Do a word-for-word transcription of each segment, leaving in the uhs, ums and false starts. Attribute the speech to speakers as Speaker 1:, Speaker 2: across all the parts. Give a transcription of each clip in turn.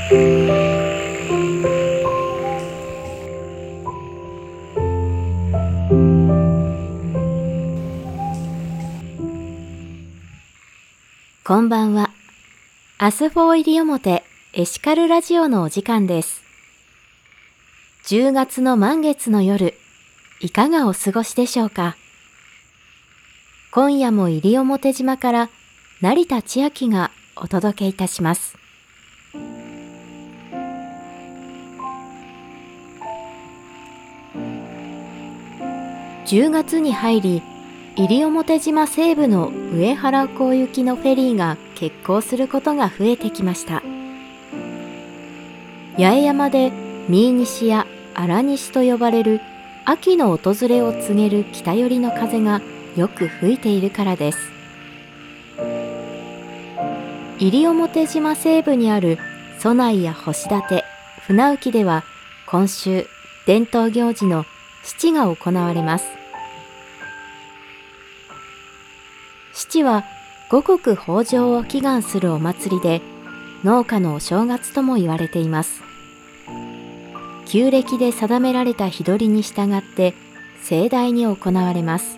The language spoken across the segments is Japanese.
Speaker 1: こんばんは。アスフォー西表エシカルラジオのお時間です。じゅうがつの満月の夜、いかがお過ごしでしょうか。今夜も西表島から成田千秋がお届けいたします。じゅうがつに入り、西表島西部の上原港行きのフェリーが欠航することが増えてきました。八重山で新西や荒西と呼ばれる秋の訪れを告げる北寄りの風がよく吹いているからです。西表島西部にある蘇内や星立、船浮では今週伝統行事の七が行われます。七は五穀豊穣を祈願するお祭りで、農家のお正月とも言われています。旧暦で定められた日取りに従って盛大に行われます。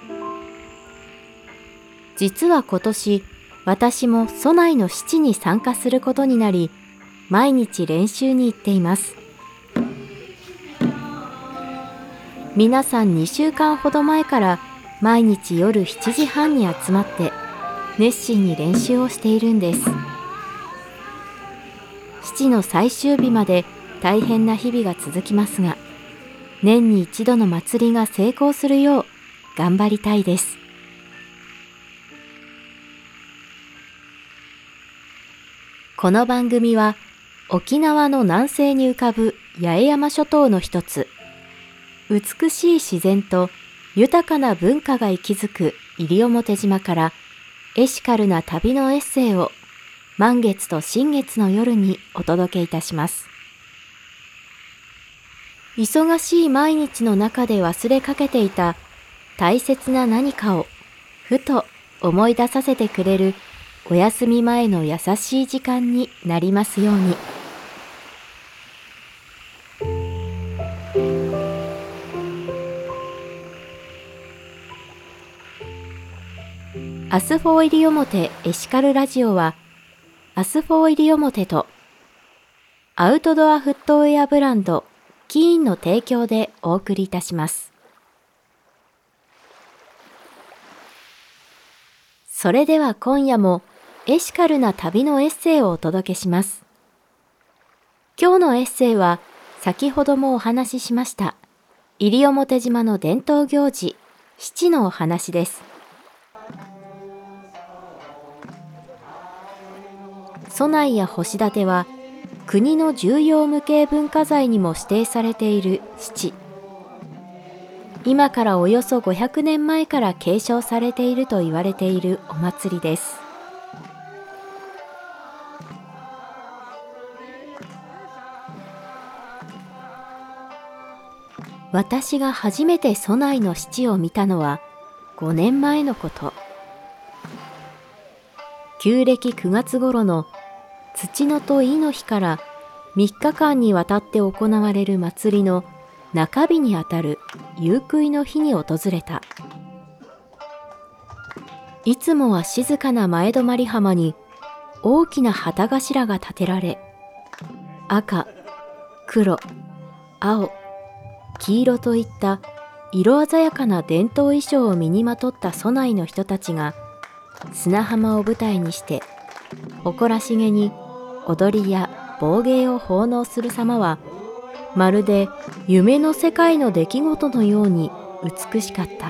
Speaker 1: 実は今年、私も蘇内の七に参加することになり、毎日練習に行っています。皆さんにしゅうかんほど前から毎日夜しちじはんに集まって熱心に練習をしているんです。七の最終日まで大変な日々が続きますが、年に一度の祭りが成功するよう頑張りたいです。この番組は沖縄の南西に浮かぶ八重山諸島の一つ、美しい自然と豊かな文化が息づく西表島からエシカルな旅のエッセイを満月と新月の夜にお届けいたします。忙しい毎日の中で忘れかけていた大切な何かをふと思い出させてくれるお休み前の優しい時間になりますように。アスフォー西表エシカルラジオは、アスフォー西表とアウトドアフットウェアブランドキーンの提供でお送りいたします。それでは今夜もエシカルな旅のエッセイをお届けします。今日のエッセイは先ほどもお話ししました西表島の伝統行事、七のお話です。蘇内や星立は国の重要無形文化財にも指定されている七。今からおよそごひゃくねんまえから継承されていると言われているお祭りです。私が初めて蘇内の七を見たのはごねんまえのこと。旧暦くがつ頃の土のと亥の日からみっかかんにわたって行われる祭りの中日にあたる夕食いの日に訪れた。いつもは静かな前泊浜に大きな旗頭が立てられ、赤、黒、青、黄色といった色鮮やかな伝統衣装を身にまとった蘇内の人たちが砂浜を舞台にして誇らしげに踊りや棒芸を奉納する様は、まるで夢の世界の出来事のように美しかった。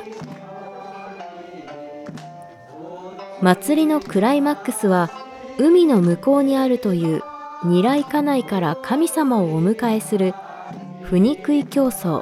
Speaker 1: 祭りのクライマックスは海の向こうにあるという二来家内から神様をお迎えするふにくい競争。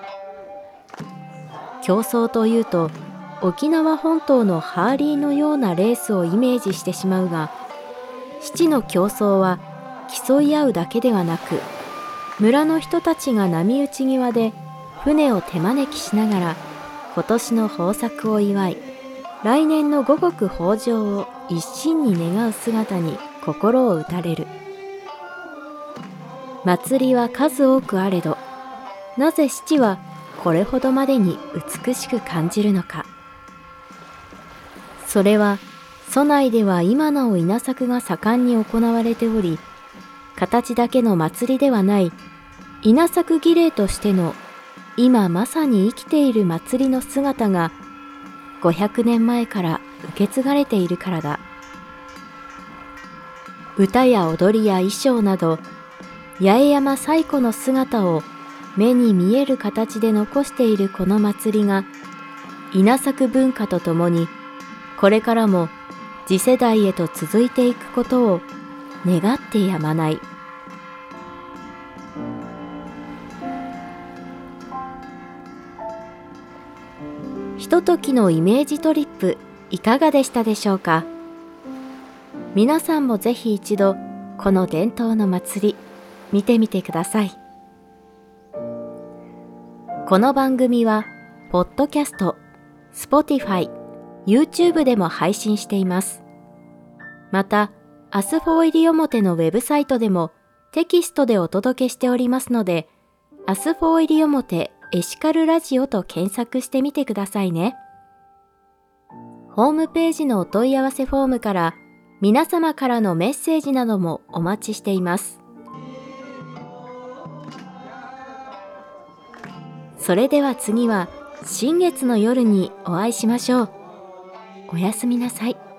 Speaker 1: 競争というと沖縄本島のハーリーのようなレースをイメージしてしまうが、七の競争は競い合うだけではなく、村の人たちが波打ち際で船を手招きしながら今年の豊作を祝い、来年の五穀豊穣を一心に願う姿に心を打たれる。 祭りは数多くあれど、なぜ七はこれほどまでに美しく感じるのか。それは、蘇内では今なお稲作が盛んに行われており、形だけの祭りではない稲作儀礼としての今まさに生きている祭りの姿がごひゃくねんまえから受け継がれているからだ。歌や踊りや衣装など八重山最古の姿を目に見える形で残しているこの祭りが稲作文化とともにこれからも次世代へと続いていくことを願ってやまない。ひとときのイメージトリップいかがでしたでしょうか。皆さんもぜひ一度この伝統の祭り見てみてください。この番組はポッドキャスト、Spotify、YouTube でも配信しています。また、アスフォー入り表のウェブサイトでもテキストでお届けしておりますので、アスフォー入り表エシカルラジオと検索してみてくださいね。ホームページのお問い合わせフォームから皆様からのメッセージなどもお待ちしています。それでは次は新月の夜にお会いしましょう。おやすみなさい。